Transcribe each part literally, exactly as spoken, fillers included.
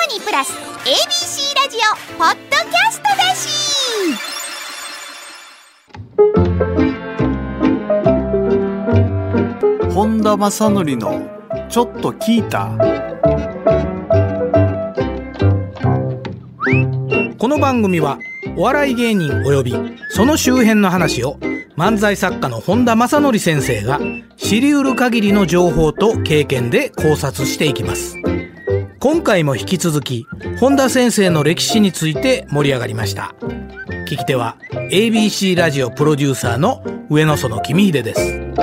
にプラス エービーシー ラジオポッドキャストだし本田正則のちょっと聞いた。 この番組はお笑い芸人及びその周辺の話を漫才作家の本田正則先生が知り得る限りの情報と経験で考察していきます。今回も引き続き本田先生の歴史について盛り上がりました。聞き手は エービーシー ラジオプロデューサーの上野園公秀です。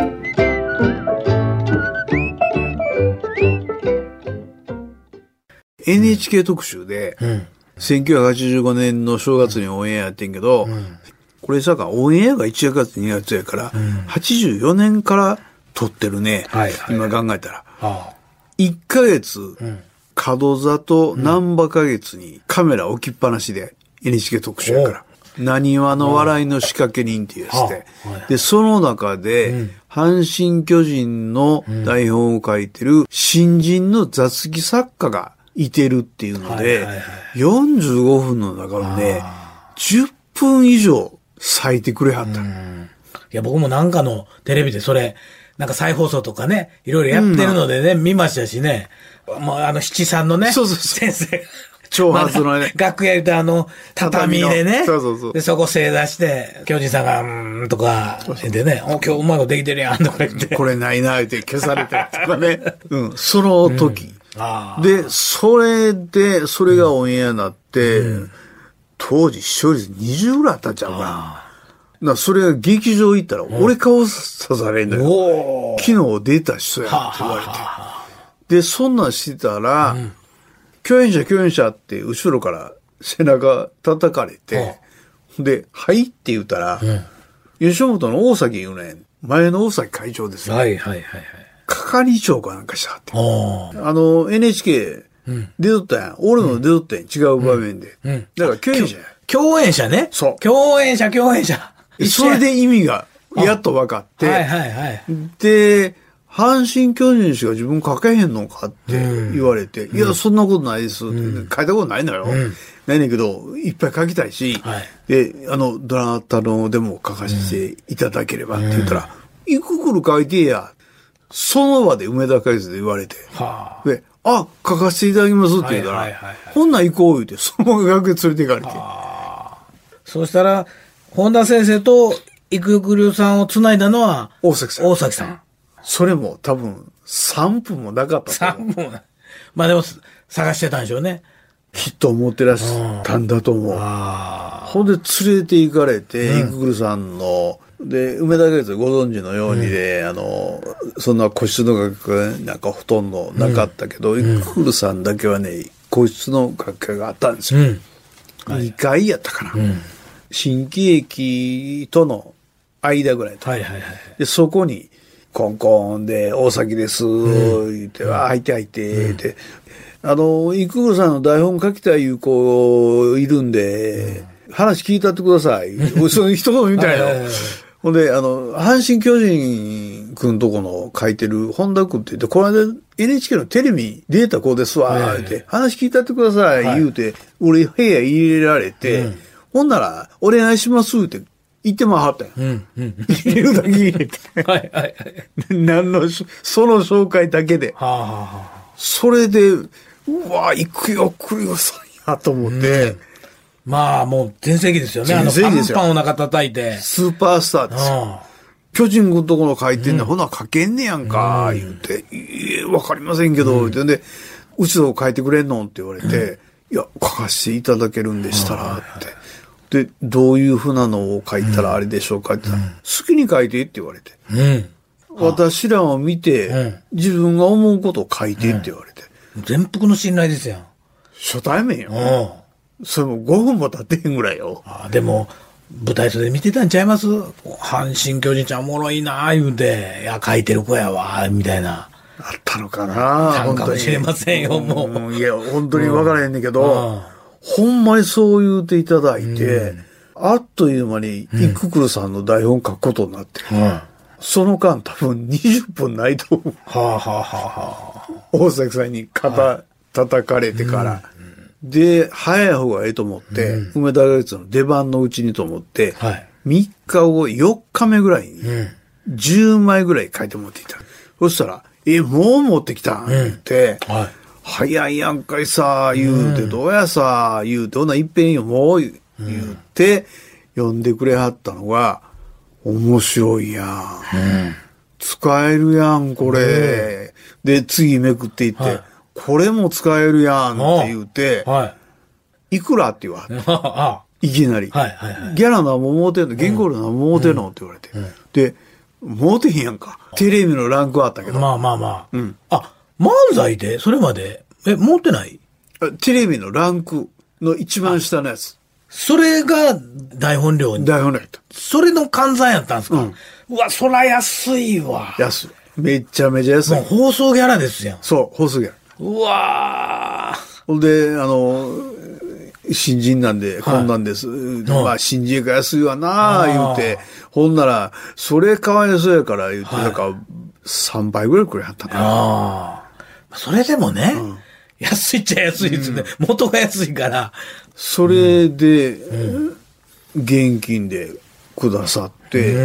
エヌエイチケー 特集で、うん、せんきゅうひゃくはちじゅうごねんの正月にオンエアやってんけど、うん、これさかオンエアがいちがつにがつやから、うん、はちじゅうよねんから撮ってるね、はいはい、今考えたら、はあ、いっかげつ、うん、門座と難波花月にカメラ置きっぱなしで エヌエイチケー 特集やから浪速の笑いの仕掛け人っていうやつで、で、その中で、うん、阪神巨人の台本を書いてる新人の雑技作家がいてるっていうので、はいはいはい、よんじゅうごふんの中のね、じゅっぷん以上割いてくれはった。うん、 いや、僕もなんかのテレビでそれ、なんか再放送とかね、いろいろやってるのでね、うん、見ましたしね、もうあの七三のね、そうそうそう先生。 長髪のね。 楽屋であの、畳でね。 そうそうそう。 で、そこ正座して、巨人さんが、うーんとか、でね、お、今日うまいことできてるやんとか言って。 これないな、って消されてとかね。うん。その時。うん、で、それで、それがオンエアになって、うん、当時視聴率にじゅうぐらいあったんちゃうかな。だからそれが劇場行ったら、俺顔さされんのよ。昨日出た人やって言われて。で、そんなんしてたら、うん、共演者共演者って後ろから背中叩かれて、うん、で、はいって言ったら、うん、吉本の大崎言うねん。前の大崎会長ですよ。 はいはいはいはい。 係長かなんかしたって。あの、エヌエイチケー 出とったやん。うん、俺の出とったやん。違う場面で。うんうん、だから共演者や。 共演者ね。 そう。 共演者共演者。 それで意味がやっと分かって。はいはいはい。で、阪神巨人しか自分書けへんのかって言われて、うん、いや、そんなことないですって、うん、書いたことないのよ。うん、ないねんけど、いっぱい書きたいし、はい、で、あの、どなたのでも書かせていただければって言ったら、うん、いくくる書いてや。その場で梅田会津で言われて、はあ、で、あ、書かせていただきますって言ったら、はいはいはいはい、ほんなら行こう言うて、そのまま学園連れて行かれて。はあ、そうしたら、本田先生と生ゆくりゅうさんをつないだのは、 大崎さん。 大崎さん。 それも多分さんぷんもなかったとさんぷんもなまあでも探してたんでしょうね。 きっと思ってらっしゃったんだと思う。ほんで連れて行かれて、いくぐるさんの、で、梅田月ご存知のようにで、うん、あの、そんな個室の楽屋なんかほとんどなかったけど、うん、いくぐるさんだけはね、個室の楽屋があったんですよ。うん、にかいやったかな。うん、新喜劇との間ぐらいと。はいはいはい。で、そこに、コンコンで、大崎です、うん、言って、あ、入って入って、って、うん、あの、いくぐるさんの台本書きたいいう子いるんで、うん、話聞いたってください。その一言みたいな。ほんで、あの、阪神巨人くんとこの書いてる本田くんって言って、この間 エヌエイチケー のテレビ出た子ですわ、言って、話聞いたってください、言うて、俺部屋入れられて、うん、ほんなら、お願いします、って。言ってもらったよ。うんうん、入れるだけ入れて。はいはいはい。何の、その紹介だけで。はあはあ、それで、うわ、行くよ、来るよ、さんやと思って、うん。 まあ、もう全盛期ですよね。全盛期ですよ。あの、パンパンお腹叩いて。 スーパースターですよ。巨人くんとこの書いてんね、うん、ほな書けんねやんか、言うて。いや、わかりませんけど、うん、で、うちの書いてくれんのって言われて、うん、いや、書かせていただけるんでしたら、って。で、どういうふうなのを書いたらあれでしょうかって言ったら、うん、好きに書いてって言われて。うん、私らを見て、うん、自分が思うことを書いてって言われて。 うん、全幅の信頼ですよ。 初対面よ。うん、それもごふんも経ってへんぐらいよ。 あ、でも、舞台袖見てたんちゃいます？阪神巨人ちゃんおもろいな言うて、いや、書いてる子やわ、みたいな。 あったのかな本当かもしれませんよ、もう。 うん、いや、本当に分からへんねんけど、うんほんまにそう言うていただいて、うん、あっという間に、いくくるさんの台本書くことになって、うん、その間多分にじゅっぷんないと思う。はあはあはあ、大崎さんに肩叩かれてから、 で、早い方がええと思って、うん、梅田花月の出番のうちにと思って、はい、みっかご、よっかめぐらいに、じゅうまいぐらい書いて持ってきた。そしたら、え、もう持ってきたん言って、うんはい、早いやんかいさ、言うて、どうやさ、言うて、ほな、いっぺんよ、もう、言うて、読んでくれはったのが、面白いやん。うん、使えるやん、これ。うん、で、次めくっていって、はい、これも使えるやんって言うて、はい、いくらって言われた。いきなり。はいはいはい、ギャラ何も持てんの、原稿料何も持てんのって言われて。うんうん、で、持てへんやんか。テレビのランクはあったけど。 まあまあまあ。うん、あ、漫才でそれまで、え、持ってない？ テレビのランクの一番下のやつ。 それが大本料に。 大本料やった。 それの換算やったんですか？うん、うわ、そら安いわ。 安い。めちゃめちゃ安い。もう放送ギャラですやん。 そう、放送ギャラ。 うわー。ほんで、あの、新人なんで、こんなんです。はい、まあ、新人が安いわなあ言うて、ほんなら、それかわいそうやから言うて、はい、なんか、さんばいぐらいくらいあったかな。 ああ。それでもね、うん、安いっちゃ安いですね、うん。元が安いから。 それで、うん、現金でくださって、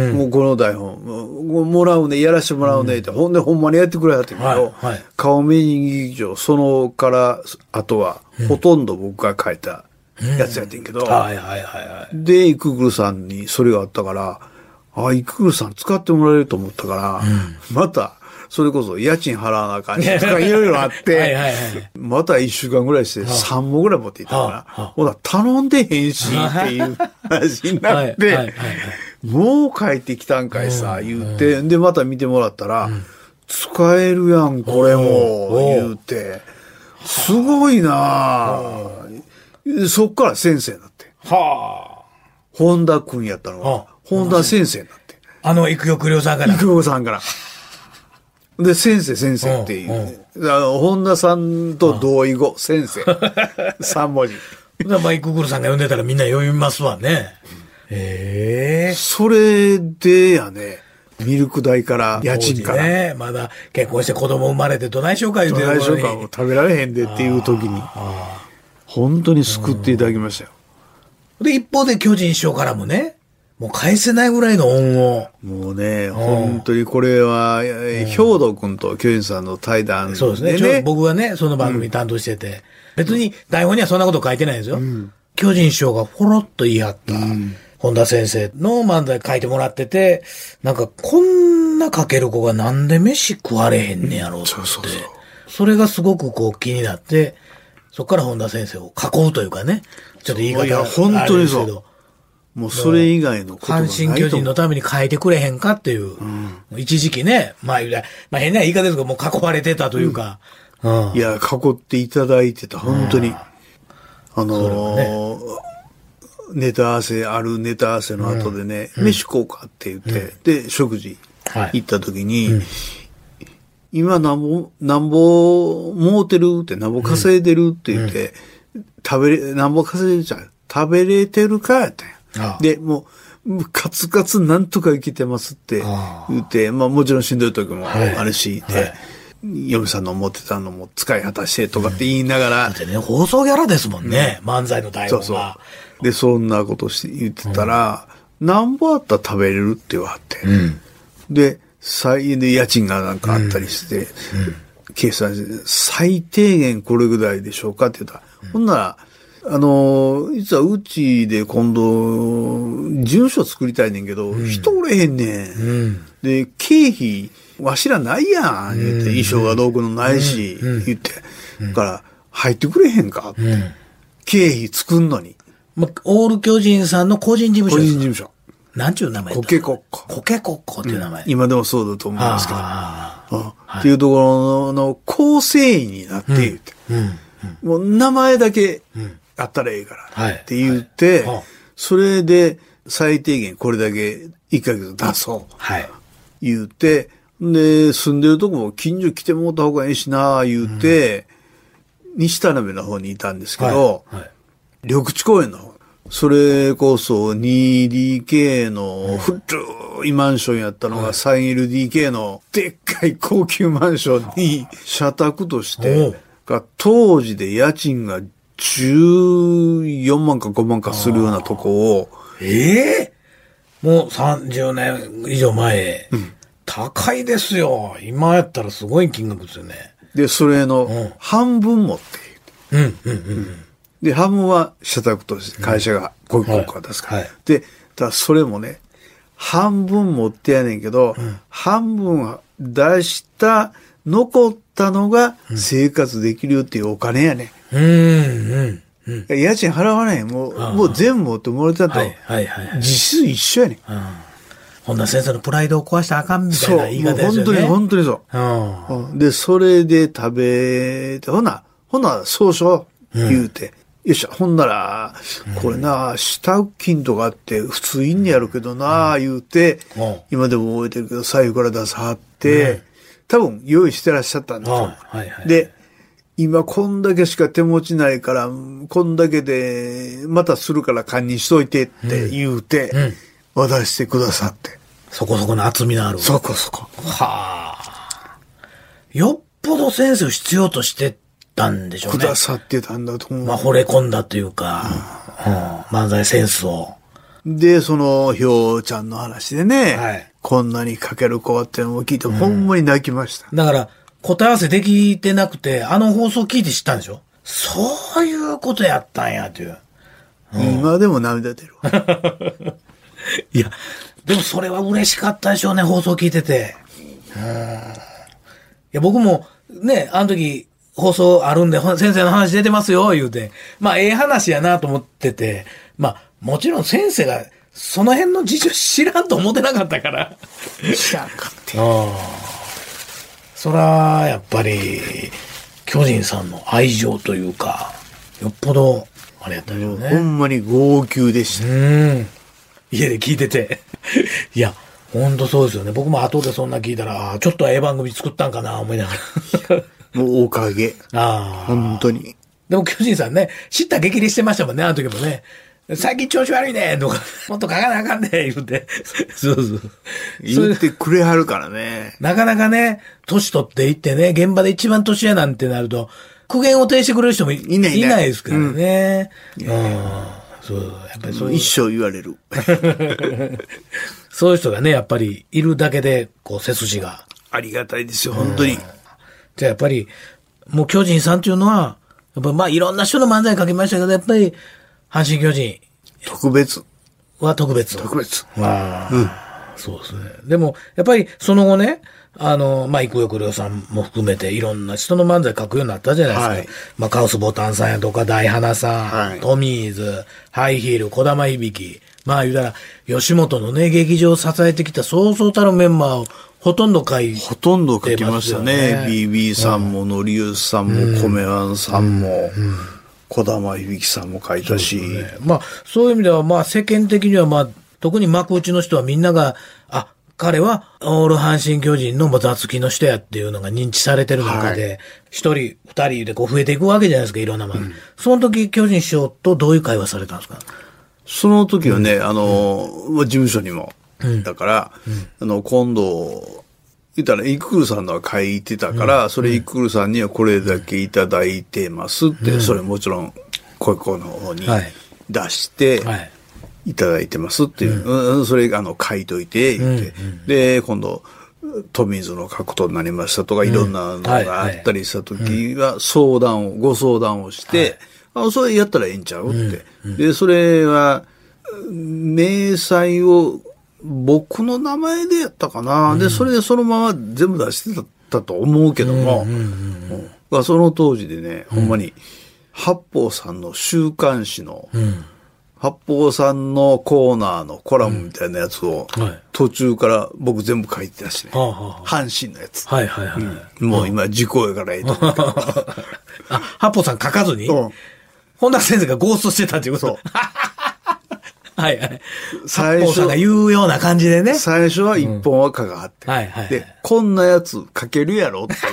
うん、もうこの台本、もらうね、やらしてもらうねって、うん、ほんでほんまにやってくれはったけど、はいはい、顔メイン劇場、そのからあとは、ほとんど僕が書いたやつやってんけど、うん、はいはいはいはい。で、イクグルさんにそれがあったから、あ、イクグルさん使ってもらえると思ったから、うん、また、それこそ家賃払わなあかんしとかいろいろあって、はいはいはい、また一週間ぐらいしてさんぼんぐらい持っていったから、ほら、頼んでへんしっていう話になって、もう帰ってきたんかいさ、言うて、で、また見てもらったら、うん、使えるやん、これも、言うて、すごいなぁ。そっから先生になって。はぁ。本田くんやったのが、本田先生になって。 あの、育代さんから。 育代さんから。で、先生、先生っていう、うんうん、あの、本田さんと同意語、先生。三文字。 まあ、イクグルさんが読んでたらみんな読みますわね。 へえ。それでやね、ミルク代から家賃から。 ね、まだ結婚して子供生まれてどないしようか言うてるのに。どないしようかも食べられへんでっていう時に、本当に救っていただきましたよ。 で、一方で巨人師匠からもね、もう返せないぐらいの恩を。 もうね、本当にこれは、兵藤君と巨人さんの対談で、ね。 そうですね。僕はね、その番組担当してて、うん、別に台本にはそんなこと書いてないんですよ。うん、巨人師匠がポロッと言い張った、うん、本田先生の漫才書いてもらってて、なんかこんな書ける子がなんで飯食われへんねやろうって、うん、そうそうそう。それがすごくこう気になって、そこから本田先生を囲うというかね、ちょっと言い方があるんですけど。いや、本当にそう。 もうそれ以外のことがないと。 阪神巨人のために変えてくれへんかっていう。うん、一時期ね、まあ、まあ変な言い方ですけど、もう囲われてたというか。 うんうん、いや、囲っていただいてた、本当に。うん、あのーね、ネタ合わせ、あるネタ合わせの後でね、うん、飯食おうかって言って、うん、で、食事行った時に、はいうん、今なんぼ、なんぼ儲てるって、なんぼ稼いでるって言って、うん、食べれ、なんぼ稼いでちゃう。食べれてるかやったんや。ああで、もう、カツカツなんとか生きてますって言って、あまあもちろんしんどい時もあるし、はいはい、嫁さんの思ってたのも使い果たしてとかって言いながら。 うん、だってね、放送ギャラですもんね、うん、漫才の台本が。そうそう。 で、そんなことして言ってたら、うん、なんぼあったら食べれるって言われて。うん、で、最で家賃がなんかあったりして、うんうん、計算して、最低限これぐらいでしょうかって言ったら、うん、ほんなら、あの、実はうちで今度、事務所作りたいねんけど、うん、人おれへんねん。うん、で、経費、わしらないやん、言って、衣装が道具のないし、うん、言って。だから、入ってくれへんかって。うん、経費作んのに。 ま、オール巨人さんの個人事務所ですか？ 個人事務所。 なんちゅう名前コケコッコ。 コケコッコっていう名前。 うん、今でもそうだと思うんですけど。ああはい、っていうところの構成員になって言って。うんうんうん、もう名前だけ、うんあったらええからって言って、はいはい、それで最低限これだけいっかげつ出そう。はい。言って、で、住んでるとこも近所来てもらった方がいいしな言って、うん、西田辺の方にいたんですけど、はいはい、緑地公園の方。それこそ にディーケー の古いマンションやったのが スリーエルディーケー のでっかい高級マンションに社宅として、が当時で家賃がじゅうよんまんかごまんかするようなとこを。 ええー、もうさんじゅうねん以上前。うん、高いですよ。今やったらすごい金額ですよね。 で、それの半分持っている。うん、うん、うん。で、半分は社宅として会社がご個か出すから。はいはい、で、だそれもね、半分持ってやねんけど、うん、半分出した残ったのが生活できるっていうお金やね。うん、うん、うん。家賃払わない。もう、もう全部持ってもらってたと。はいはいはい。実質一緒やねん。 本田先生のプライドを壊したらあかんみたいな言い方ですよね。 そう、本当に本当にそう。うん、で、それで食べて、ほな、ほな、そうそう、言うて。うんよっしゃ、ほんなら、これな、下請金とかあって普通いんねやるけどな、言うて、今でも覚えてるけど、財布から出さはって、多分用意してらっしゃったんですよ。で、今こんだけしか手持ちないから、こんだけで、またするから堪忍しといてって言うて、渡してくださって。 そこそこの厚みのある。 そこそこ。 はあ。よっぽど先生を必要としてたんでしょうね。 くださってたんだと思う。 まあ、惚れ込んだというか、うんうん、漫才センスを。 で、その、ひょうちゃんの話でね、はい、こんなにかける子っていうのを聞いて、うん、ほんまに泣きました。 だから、答え合わせできてなくて、あの放送聞いて知ったんでしょ？そういうことやったんや、という。 うん、今でも涙出るわ。 いや、でもそれは嬉しかったでしょうね、放送聞いてて。うん、いや、僕も、ね、あの時、放送あるんで、先生の話出てますよ、言うて。まあ、ええ話やなと思ってて、まあ、もちろん先生が、その辺の事情知らんと思ってなかったから。 知らんかって。 ああ。そら、やっぱり、巨人さんの愛情というか、よっぽど、あれやったよね。 ほんまに号泣でした。うん。 家で聞いてて。いや、ほんとそうですよね。僕も後でそんな聞いたら、ちょっとええ番組作ったんかな、思いながら。 もうおかげ。ああ。本当に。 でも巨人さんね、知った激励してましたもんね、あの時もね。最近調子悪いね、とか、もっと書かなあかんね、言うて。そうそう。 言ってくれはるからね。 なかなかね、年取っていってね、現場で一番年上なんてなると、苦言を呈してくれる人も い, い, ないいないですからね。うん。そう、やっぱりそういう。 一生言われる。 そういう人がね、やっぱりいるだけで、こう、背筋が。 ありがたいですよ、本当に。 じゃあやっぱり、もう巨人さんっていうのは、やっぱまあいろんな人の漫才書きましたけど、やっぱり、阪神巨人。 特別。 は特別。 特別。 ああ、うん。そうですね。でも、やっぱりその後ね、あの、まあ、幾横亮さんも含めていろんな人の漫才書くようになったじゃないですか。はい、まあ、カオスボタンさんやとか、大花さん、はい、トミーズ、ハイヒール、小玉響。まあ言うたら、吉本のね、劇場を支えてきたそうそうたるメンバーを、ほとんど書いてますよね。 ほとんど書きましたね。ビービー さんも、のりゆうさんも、コメワンさんも、小玉響さんも書いたし。 ね、まあ、そういう意味では、まあ、世間的には、まあ、特に幕内の人はみんなが、あ、彼は、オール阪神巨人の雑記の人やっていうのが認知されてる中で、一、はい、人、二人でこう増えていくわけじゃないですか、いろんなもの。うん、その時、巨人師匠とどういう会話されたんですか？ その時はね、うん、あの、うん、事務所にも、だから、うん、あの、今度、言ったら、イクルさんのは書いてたから、うん、それイクルさんにはこれだけいただいてますって、うん、それもちろん、ここの方に出して、はいはいいただいてますっていう、うん、それあの書いといて言って、うんうん、で今度トミーズの書くことになりましたとか、うん、いろんなのがあったりした時は相談をご相談をして、はい、あそれやったらええんちゃうって、うんうん、でそれは明細を僕の名前でやったかな、うん、でそれでそのまま全部出してたと思うけども、うんうんうん、その当時でね、うん、ほんまに八方さんの週刊誌の、うん八方さんのコーナーのコラムみたいなやつを、うんはい、途中から僕全部書いてたしね。はあはあ、阪神のやつ。はいはいはい。うん、もう今時効やからええと思って。 あ、八方さん書かずに、うん、本田先生がゴーストしてたっていうこと。はいはい。八方さんが言うような感じでね。 最初は一本は書があって、うんはいはいはい。で、こんなやつ書けるやろって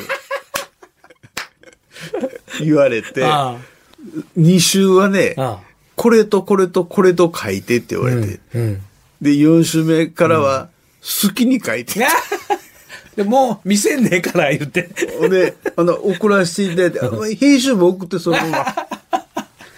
言われて、ああに週はね、ああこれとこれとこれと書いてって言われて。うんうん、で、よん週目からは、好きに書いて、 うん。でもう、見せんねえから言って。 で、あの、送らせていただいて、編集も送ってそのまま。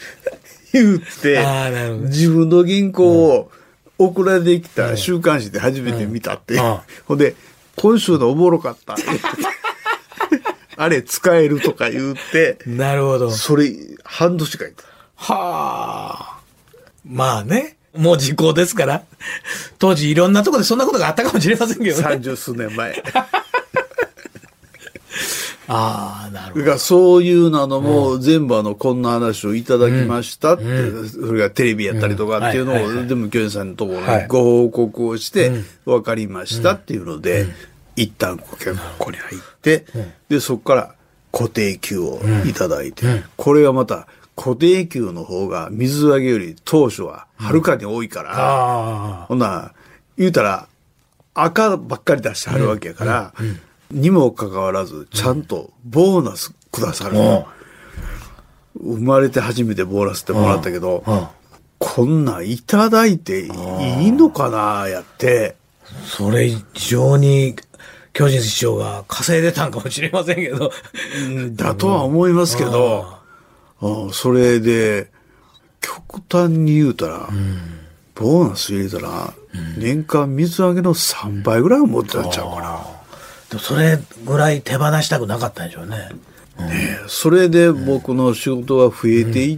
言って、 あーなるほど自分の原稿を送られてきた週刊誌で初めて見たって。ほんで、今週のおもろかった。あれ使えるとか言って。 なるほど。 それ、半年書いた。 はあ。まあね。もう時効ですから。当時いろんなところでそんなことがあったかもしれませんけどね。 三十数年前。 ああ、なるほど。 だからそういうのも全部あの、こんな話をいただきましたって、うん、それがテレビやったりとかっていうのを、でも教員さんのところにご報告をして、分かりましたっていうので、一旦ここに入って、で、そこから固定給をいただいて、これがまた固定給の方が水揚げより当初ははるかに多いから、ほんな言うたら赤ばっかり出してはるわけやから、にもかかわらず、ちゃんとボーナスくださるの。生まれて初めてボーナスってもらったけど、こんなんいただいていいのかな、やって。 それ以上に、巨人師匠が稼いでたんかもしれませんけど。 だとは思いますけど、それで、極端に言うたら、ボーナス入れたら、年間水揚げのさんばいぐらいは持ってなっちゃうから。 それぐらい手放したくなかったんでしょうね。 うん、ねそれで僕の仕事が増えていって、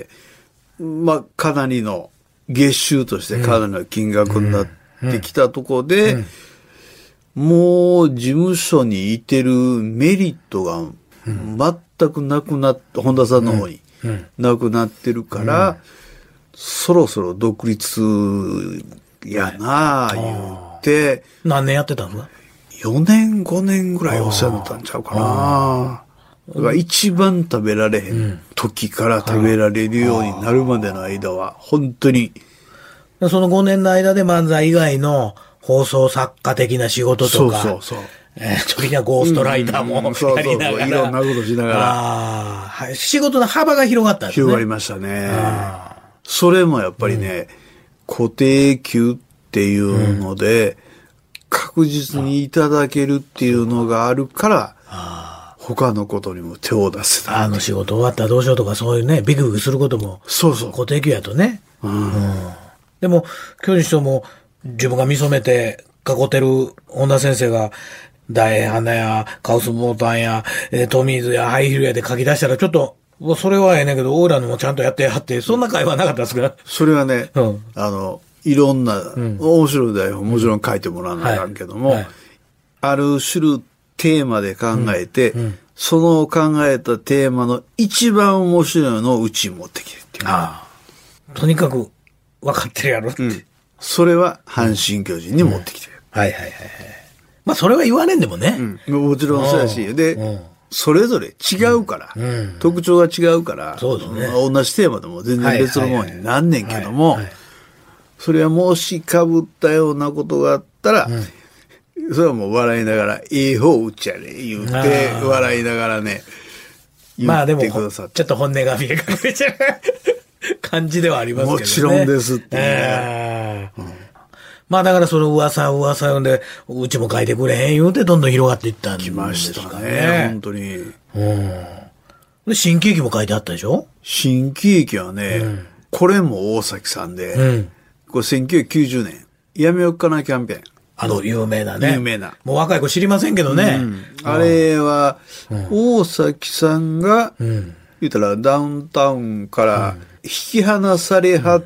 うんうん、まあかなりの月収としてかなりの金額になってきたところで、うんうん、もう事務所にいてるメリットが全くなくなって、本田さんの方になくなってるから、うん、そろそろ独立やなあ言って。 何年やってたんですか？ よねんごねんぐらいお世話になったんちゃうかな。だから一番食べられへん時から食べられるようになるまでの間は、本当に。 そのごねんの間で漫才以外の放送作家的な仕事とか、 そうそうそう。 えー、時にはゴーストライターもやりながら、 いろんなことしながら。 あはい、仕事の幅が広がったんですね。 広がりましたね。それもやっぱりね、うん、固定給っていうので、うん確実にいただけるっていうのがあるから、他のことにも手を出せた。 あの仕事終わったらどうしようとかそういうね、ビクビクすることも、 そうそう。 固定給やとね。 うんうん、 でも、巨人師匠も自分が見初めて囲ってる本田先生が、大花やカウスボタンや、えー、トミーズやハイヒールやで書き出したらちょっと、それはええねんけど、オーラのもちゃんとやってやって、そんな会話なかったですか？ それはね、うん、あの、いろんな、うん、面白い台本もちろん書いてもらわなあかんけども、はいはい、ある種テーマで考えて、うんうん、その考えたテーマの一番面白いのをうちに持ってきてっていう。 ああ。とにかく分かってるやろって。うん、 それは阪神巨人に持ってきてる、 うん。はいはいはいはい。まあそれは言われんでもね。 うん、もちろんそうやし、で、それぞれ違うから、うんうん、特徴が違うから、 そうですね、 同じテーマでも全然別のものになんねんけども、それはもし被ったようなことがあったら、うん、それはもう笑いながら、ええ方打ちやれ、言って、笑いながらね、言ってくださって。 まあでも、ちょっと本音が見え隠れちゃう感じではありますけどね。 もちろんですって言いながら。 うん、まあだからその噂噂読んで、うちも書いてくれへん言うてどんどん広がっていったんですかね。 来ましたね、本当に。うん。 で、新喜劇も書いてあったでしょ？ 新喜劇はね、うん、これも大崎さんで、うんこれせんきゅうひゃくきゅうじゅうねん、やめよっかなキャンペーン。 あの、有名なね。 有名な。 もう若い子知りませんけどね。 うん、あれは、うん、大崎さんが、うん、言ったらダウンタウンから引き離されはって、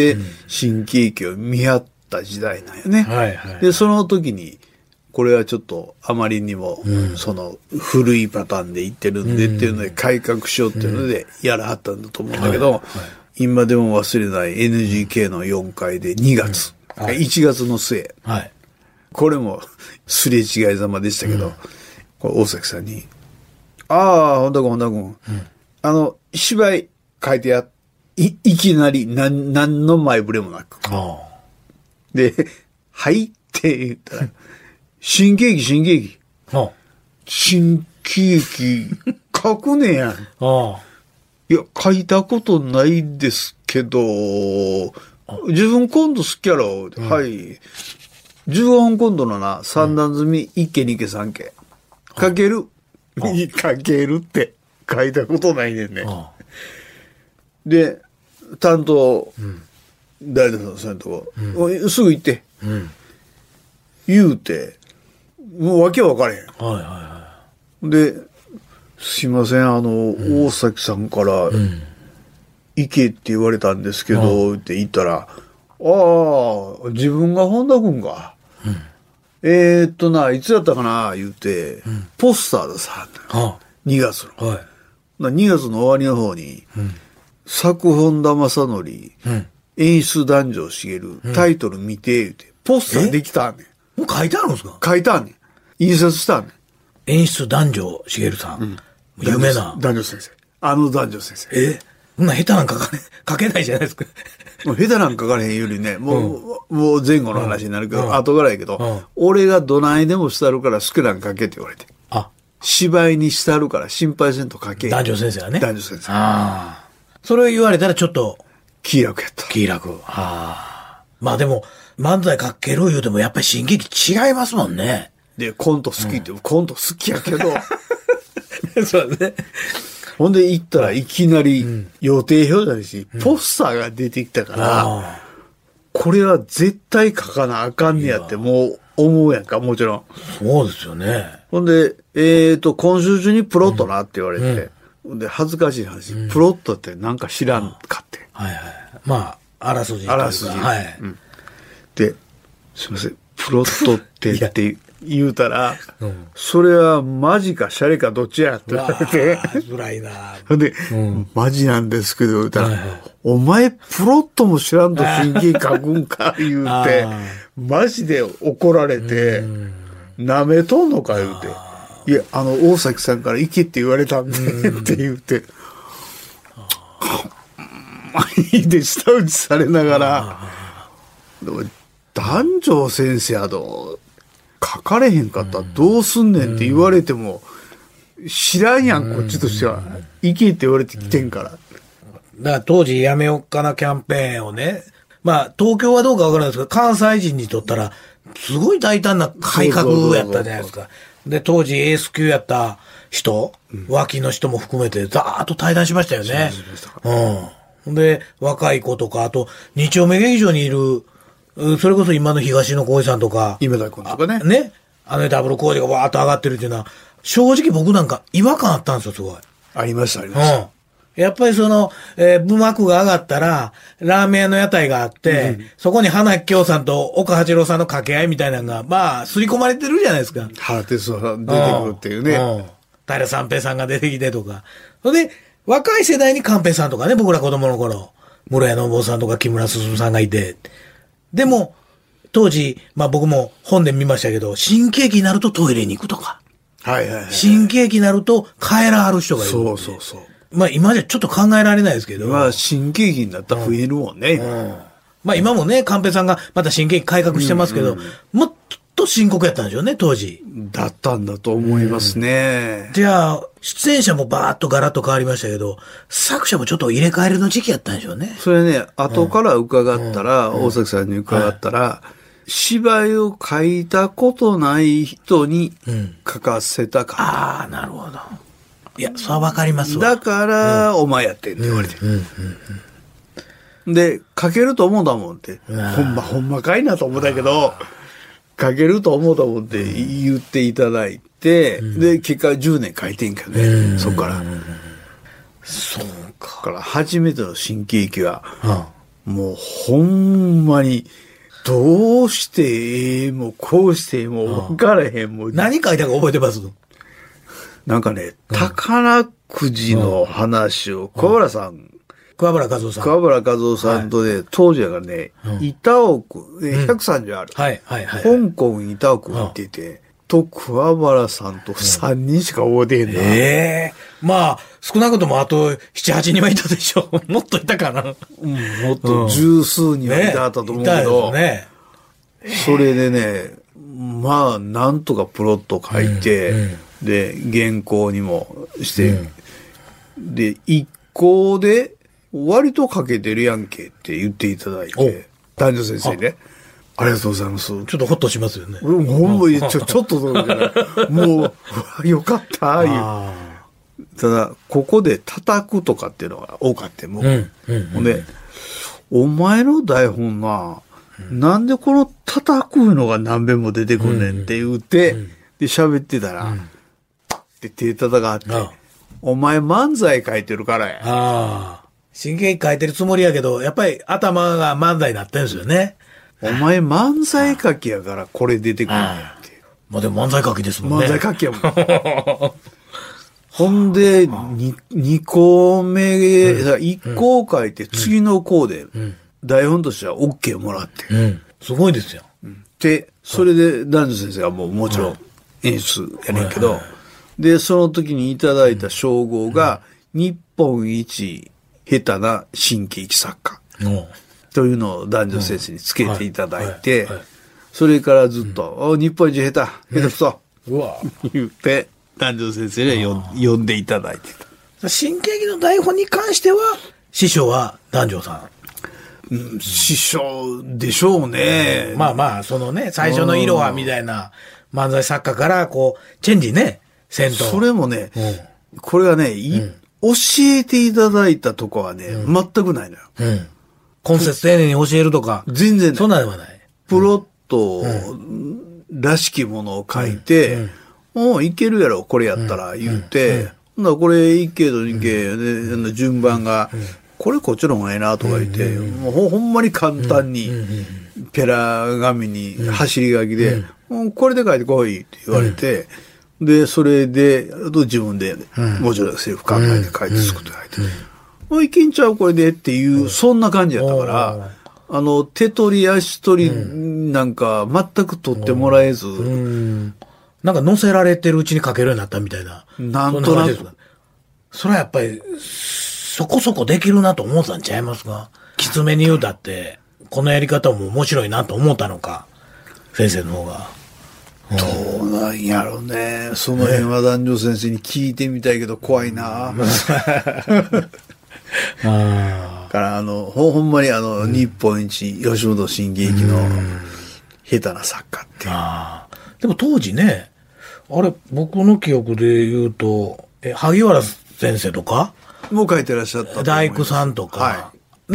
うん、新喜劇を見張った時代なんよね。 はいはい、 で、その時に、これはちょっとあまりにも、うん、その古いパターンで言ってるんでっていうので改革しようっていうのでやらはったんだと思うんだけど、はいはい今でも忘れない エヌジーケー のよんかいでにがつ、うんはい、いちがつの末、 はい、 これもすれ違いざまでしたけど、うん、これ大崎さんに、ああ、本田君、本田君、うん、あの、芝居書いてや、い、いきなり、なん、なんの前触れもなく。で、はいって言ったら、新喜劇、新喜劇。新喜劇、書くねやん。いや、書いたことないですけど、自分コント好きやろ、うん、はい。じゅうごほんコントのな、三段積み、いっけにけさんけ。書ける。書けるって書いたことないねんね。で、 担当、うん、大田さんのとこ、うん、すぐ行って、うん、言うて、もうわけわからへん。はいはいはい。で、すいません、あの、うん、大崎さんから、うん、行けって言われたんですけど、うん、って言ったら、ああ、自分が本田君か。うん、えー、っとな、いつだったかな、言うて、うん、ポスターでさ、うん、にがつの。はい、にがつの終わりの方に、うん、作本田正則、うん、演出男女茂、うん、タイトル見て、言うて、ポスターできたんねん。もう書いてあるんですか？ 書いてあんねん。印刷したんねん。 演出男女茂さん。うん、有名な。 男女先生。あの男女先生。 えそんな下手なんか書かね、書けないじゃないですか。 もう下手なんか書かれへんよりね、もう、うん、もう前後の話になるけど、うん、後からやけど、うん、俺がどないでもしたるから好きなんか書けって言われて。あ芝居にしたるから心配せんと書け。 男女先生はね。 男女先生。 ああ。それを言われたらちょっと。 気楽やった。 気楽。ああ。まあでも、漫才書ける言うてもやっぱり新喜劇違いますもんね。 で、コント好きって、うん、コント好きやけど。 そうね。 ほんで行ったらいきなり予定表だし、うん、ポスターが出てきたから、うん、これは絶対書かなあかんねやってもう思うやんか、もちろん。 そうですよね。 ほんで、えっと、今週中にプロットなって言われて、うん、で、恥ずかしい話、うん、プロットってなんか知らんかって。 はいはい。まあ、あらすじ。 あらすじ。 はい。うん、 で、すいません、プロットってって言うたら、うん、それはマジかシャレかどっちやって言われて。 辛いなで、うん、マジなんですけど言うたら、はいはい、お前プロットも知らんと新喜劇書くんか言うて、マジで怒られて、舐めとんのか言うて。いや、あの、大崎さんから行けって言われたんで、って言うて。いいで舌打ちされながら、男女先生やと、書かれへんかったらどうすんねんって言われても、知らんやん、こっちとしては。行けって言われてきてんから。 だから当時やめよっかなキャンペーンをね、まあ東京はどうかわからないですけど、関西人にとったら、すごい大胆な改革やったじゃないですか。で、当時エース級やった人、うん、脇の人も含めて、ざーっと対談しましたよね。うん。で、若い子とか、あと、二丁目劇場にいる、それこそ今の東野幸治さんとか。 今田君とかね。 ね。あのダブル工事がわーっと上がってるっていうのは、正直僕なんか違和感あったんですよ、すごい。 ありました、ありました。うん。 やっぱりその、えー、部幕が上がったら、ラーメン屋の屋台があって、うん、そこに花京さんと岡八郎さんの掛け合いみたいなのが、まあ、刷り込まれてるじゃないですか。 原哲夫さん出てくるっていうね。うん。 平三平さんが出てきてとか。それで、若い世代に寛平さんとかね、僕ら子供の頃、室谷信夫さんとか木村進さんがいて。でも、当時、まあ僕も本で見ましたけど、新喜劇になるとトイレに行くとか。 はいはいはい。 新喜劇になると帰らはる人がいる。 そうそうそう。 まあ今じゃちょっと考えられないですけど。 まあ新喜劇になったら増えるもんね。うんうん、 まあ今もね、寛平さんがまた新喜劇改革してますけど、うんうん、もっと深刻やったんでしょうね、当時。 だったんだと思いますね。 うん、じゃあ、出演者もバーッとガラッと変わりましたけど、作者もちょっと入れ替えるの時期やったんでしょうね。 それね、後から伺ったら、うん、大崎さんに伺ったら、はい、芝居を書いたことない人に書かせたかった。うん、 ああ、なるほど。いや、それはわかりますわ。 だから、うん、お前やってんって言われて。うんうんうん、で、書けると思うんだもんって。ほんま、ほんまかいなと思ったけど、書けると思うと思って言っていただいて、うん、で、結果じゅうねん書いてんけどね、うん、そっから。 そうか。 だから初めての新喜劇は、うん、もうほんまに、どうしてええもこうしてええも分からへんもん。 何書いたか覚えてます？ なんかね、宝くじの話を、小原さん、 桑原和夫さん。 桑原和夫さんとね、はい、当時だからね、うん、板尾区、ひゃくさんじゅうある。 はいはいはい。 香港板尾区行ってて、うん、と桑原さんとさんにんしか覚えてへんな。 ええー。まあ、少なくともあとなな、はちにんはいたでしょ。もっといたかな。うん、 もっと十数人はいたと思うけど、 ねねそれでね、まあ、なんとかプロット書いて、うんうん、で、原稿にもして、うん、で、一校で、割と書けてるやんけって言っていただいて、男女先生ね。ありがとうございます。ちょっとホッとしますよね。 ほんまにちょ、ちょっとどうかな。もう、よかった、いう。 ただ、ここで叩くとかっていうのが多かったもん。 うんうんうん、 で、お前の台本な、うん、なんでこの叩くのが何遍も出てくんねんって言って、うんうん、で、喋ってたら、うん、で手叩かって、お前漫才書いてるからや。 ああ。神経書いてるつもりやけど、やっぱり頭が漫才になってるんですよね。 お前漫才書きやからこれ出てくるんやっていう。 まあでも漫才書きですもんね。 漫才書きやもん。ほんで、に、にこめ、うん、いっこ書いて次の項で、台本としては OK もらって。 うん。すごいですよ。 で、それで男女先生がもうもちろん演出やねんけど、で、その時にいただいた称号が、日本一下手な新喜劇作家。というのを男女先生につけていただいて、それからずっと、うん、日本一下手、下手くそ、うわ言って、男女先生に呼んでいただいてた。新喜劇の台本に関しては、師匠は男女さん。うん、師匠でしょうね。 うん、まあまあ、そのね、最初のいろはみたいな漫才作家から、こう、チェンジね、せんと。 それもね、うん、これはね、い、うん、教えていただいたとこはね、うん、全くないのよ。 うん根節丁寧に教えるとか。 全然。 そんなではない。 プロットらしきものを書いて、うんうん、もういけるやろ、これやったら言って、ほんならこれいけどいけ、うん、順番が、うん、これこっちの方がええなとか言って、うん、もう ほ, ほんまに簡単に、ペラ紙に走り書きで、うん、これで書いてこいって言われて、うん、で、それで、あと自分で、もちろんセリフ考えて書いて作って書いて、うんうんもういけんちゃうこれでっていう、うん、そんな感じやったから、あの、手取り足取りなんか全く取ってもらえず、うんうん、なんか乗せられてるうちに書けるようになったみたいな。 なんとなく。 それはやっぱり、そこそこできるなと思ったんちゃいますか？きつめに言うたって、このやり方も面白いなと思ったのか、先生の方が。 どうなんやろね。その辺は男女先生に聞いてみたいけど怖いな。あからあのほほんまにあの、うん、日本一吉本新喜劇の下手な作家っていう、 あでも当時ねあれ僕の記憶で言うとえ萩原先生とかもう書いてらっしゃった大工さんとか、はい、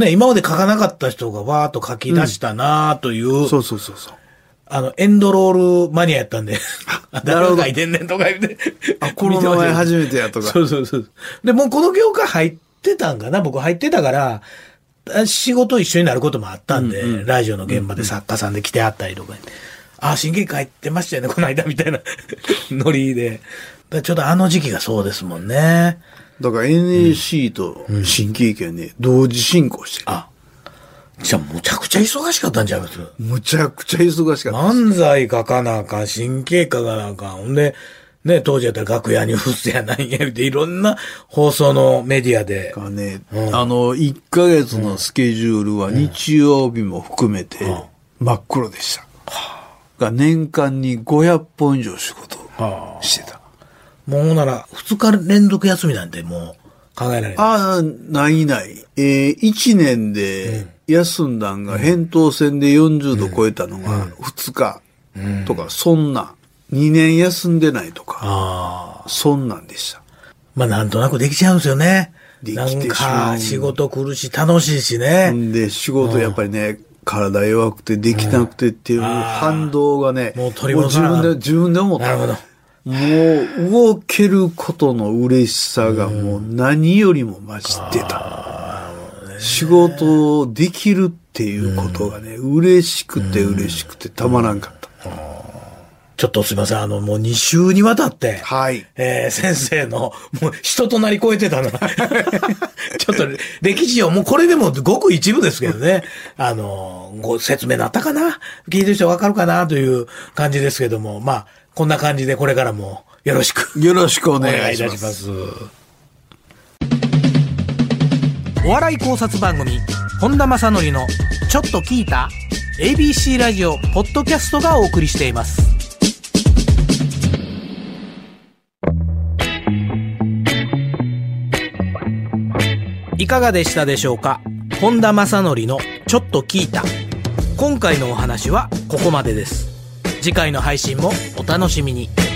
ね今まで書かなかった人がわーっと書き出したなという、 うん、そうそうそうそうあのエンドロールマニアやったんで誰が書いてんねんとか言ってあこの名前初めてやとかそうそうそうでもうこの業界入ってってたんかな僕入ってたから、仕事一緒になることもあったんで、うんうん、ラジオの現場で作家さんで来てはったりとか、うんうん、あ、新喜劇入ってましたよね、この間みたいなノリで。ちょうどあの時期がそうですもんね。 だから エヌエーシー と新喜劇はね、うん、同時進行してる。 あ、じゃあむちゃくちゃ忙しかったんちゃいます？ むちゃくちゃ忙しかった。 漫才書かなあかん、新喜劇書かなあかん。ほんで、ね、当時やったら楽屋ニュースやなんや言うていろんな放送のメディアで。 がね、うん、あの、いっかげつのスケジュールは日曜日も含めて真っ黒でした。うん、が年間にごひゃっぽん以上仕事をしてた。 もうならふつか連続休みなんてもう考えられない。 ああ、ないない。えー、いちねんで休んだんが扁桃腺でよんじゅうど超えたのがふつかとか、そんな。にねん休んでないとか、あそんなんでした。 まあなんとなくできちゃうんですよね。できてしまう。なんか仕事来るし楽しいしね。 で、仕事やっぱりね、体弱くてできなくてっていう反動がね、 もう取り戻さな。もう自分で、自分で思った。 なるほど。 もう動けることの嬉しさがもう何よりも増してた。ね、仕事できるっていうことがね、嬉しくて嬉しくてたまらんかった。 ちょっとすいません、あの、もうに週にわたって、 はい。 えー、先生の、もう人となり超えてたの。ちょっと、歴史を、もうこれでもごく一部ですけどね、あの、ご説明なったかな聞いてる人わかるかなという感じですけども、まあ、こんな感じでこれからもよろしく。 よろしくお願いします。 お願いいたします。お笑い考察番組、本田正則のちょっと聞いた エービーシー ラジオポッドキャストがお送りしています。いかがでしたでしょうか。本田正則のちょっと聞いた。今回のお話はここまでです。次回の配信もお楽しみに。